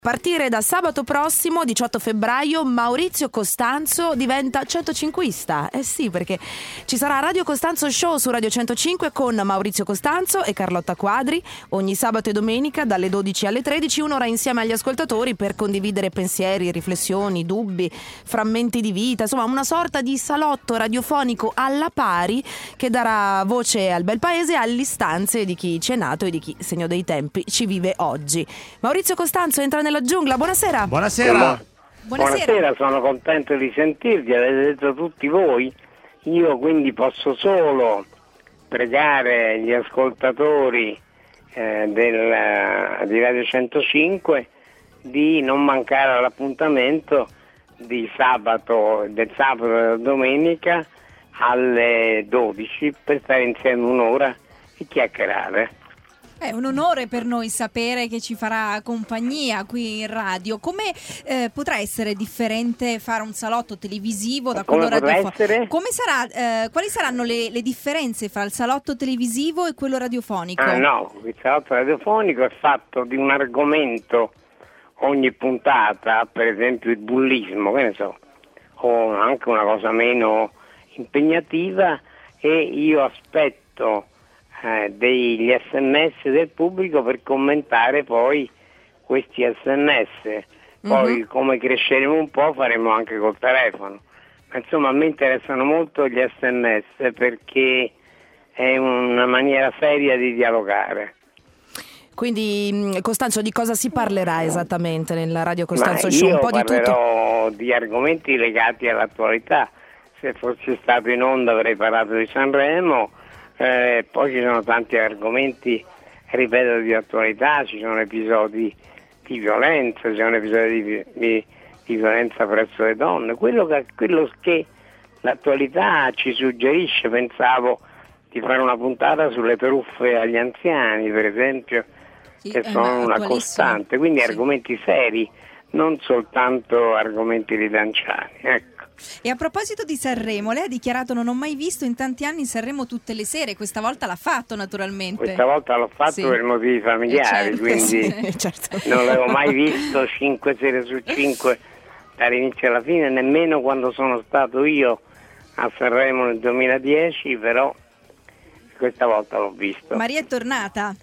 Partire da sabato prossimo, 18 febbraio, Maurizio Costanzo diventa 105ista. Eh sì, perché ci sarà Radio Costanzo Show su Radio 105 con Maurizio Costanzo e Carlotta Quadri ogni sabato e domenica dalle 12 alle 13, un'ora insieme agli ascoltatori per condividere pensieri, riflessioni, dubbi, frammenti di vita, insomma una sorta di salotto radiofonico alla pari che darà voce al bel paese e alle istanze di chi ci è nato e di chi, segno dei tempi, ci vive oggi. Maurizio Costanzo entra nella giungla, buonasera. Buonasera, sono contento di sentirvi, avete detto tutti voi, io quindi posso solo pregare gli ascoltatori di Radio 105 di non mancare all'appuntamento del sabato e della domenica alle 12 per stare insieme un'ora e chiacchierare. È un onore per noi sapere che ci farà compagnia qui in radio. Come potrà essere differente fare un salotto televisivo da quello radiofonico? Come sarà, quali saranno le differenze fra il salotto televisivo e quello radiofonico? Il salotto radiofonico è fatto di un argomento ogni puntata, per esempio il bullismo, che ne so, o anche una cosa meno impegnativa, e io aspetto degli sms del pubblico per commentare poi questi sms. Poi come cresceremo un po' faremo anche col telefono, ma insomma a me interessano molto gli sms perché è una maniera seria di dialogare. Quindi Costanzo, di cosa si parlerà esattamente nella Radio Costanzo Show? Io un po' di parlerò di argomenti legati all'attualità. Se fossi stato in onda avrei parlato di Sanremo. Poi ci sono tanti argomenti, ripeto, di attualità, ci sono episodi di violenza, ci sono episodi di violenza presso le donne. Quello che l'attualità ci suggerisce, pensavo di fare una puntata sulle truffe agli anziani, per esempio, che sono una costante, quindi argomenti seri, non soltanto argomenti ridanciani, ecco. E a proposito di Sanremo, lei ha dichiarato: non ho mai visto in tanti anni Sanremo tutte le sere. Questa volta l'ha fatto, naturalmente. Questa volta l'ho fatto per motivi familiari, quindi non l'avevo mai visto 5 sere su 5 dall'inizio alla fine, nemmeno quando sono stato io a Sanremo nel 2010, però questa volta l'ho visto. Maria è tornata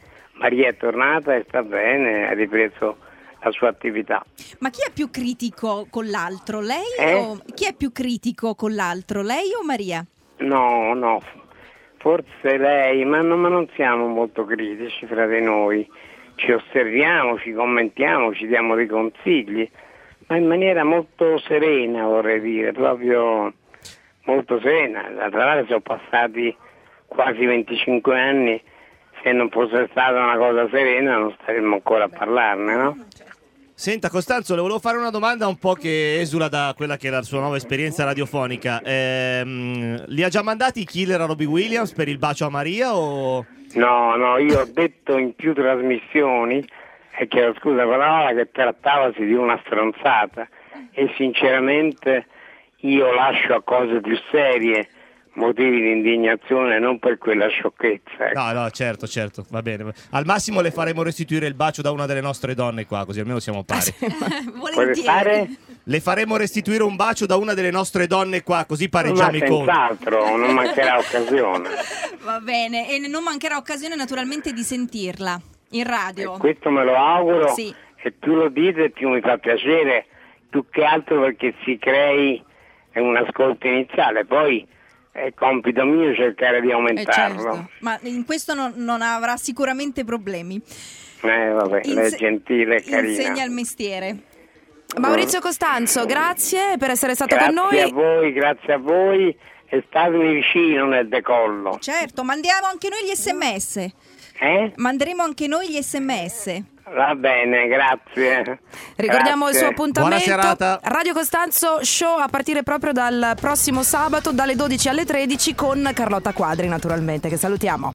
e sta bene, ha ripreso la sua attività. Ma chi è più critico con l'altro? Lei chi è più critico con l'altro? Lei o Maria? No, forse lei, ma non siamo molto critici fra di noi. Ci osserviamo, ci commentiamo, ci diamo dei consigli, ma in maniera molto serena, vorrei dire, proprio molto serena. Tra l'altro sono passati quasi 25 anni, se non fosse stata una cosa serena non staremmo ancora a parlarne, no? Senta Costanzo, le volevo fare una domanda un po' che esula da quella che è la sua nuova esperienza radiofonica. Li ha già mandati i killer a Robbie Williams per il bacio a Maria o... No, io ho detto in più trasmissioni, e chiedo scusa per la parola, che trattavasi di una stronzata, e sinceramente io lascio a cose più serie motivi di indignazione, non per quella sciocchezza. No, certo, va bene. Al massimo le faremo restituire il bacio da una delle nostre donne qua, così almeno siamo pari. Volentieri. Le faremo restituire un bacio da una delle nostre donne qua, così pareggiamo i conti. Senz'altro, non mancherà occasione. Va bene, e non mancherà occasione naturalmente di sentirla in radio. Questo me lo auguro, sì. E più lo dite più mi fa piacere, più che altro perché si crei un ascolto iniziale, poi è compito mio cercare di aumentarlo. Certo. Ma in questo non avrà sicuramente problemi. Vabbè, lei è gentile e carina. Insegna il mestiere. Maurizio Costanzo, grazie per essere stato con noi. Grazie a voi, e statemi vicino nel decollo. Certo, mandiamo anche noi gli sms. Manderemo anche noi gli sms. Va bene, grazie. Ricordiamo il suo appuntamento. Buona serata. Radio Costanzo Show a partire proprio dal prossimo sabato dalle 12 alle 13 con Carlotta Quadri, naturalmente, che salutiamo.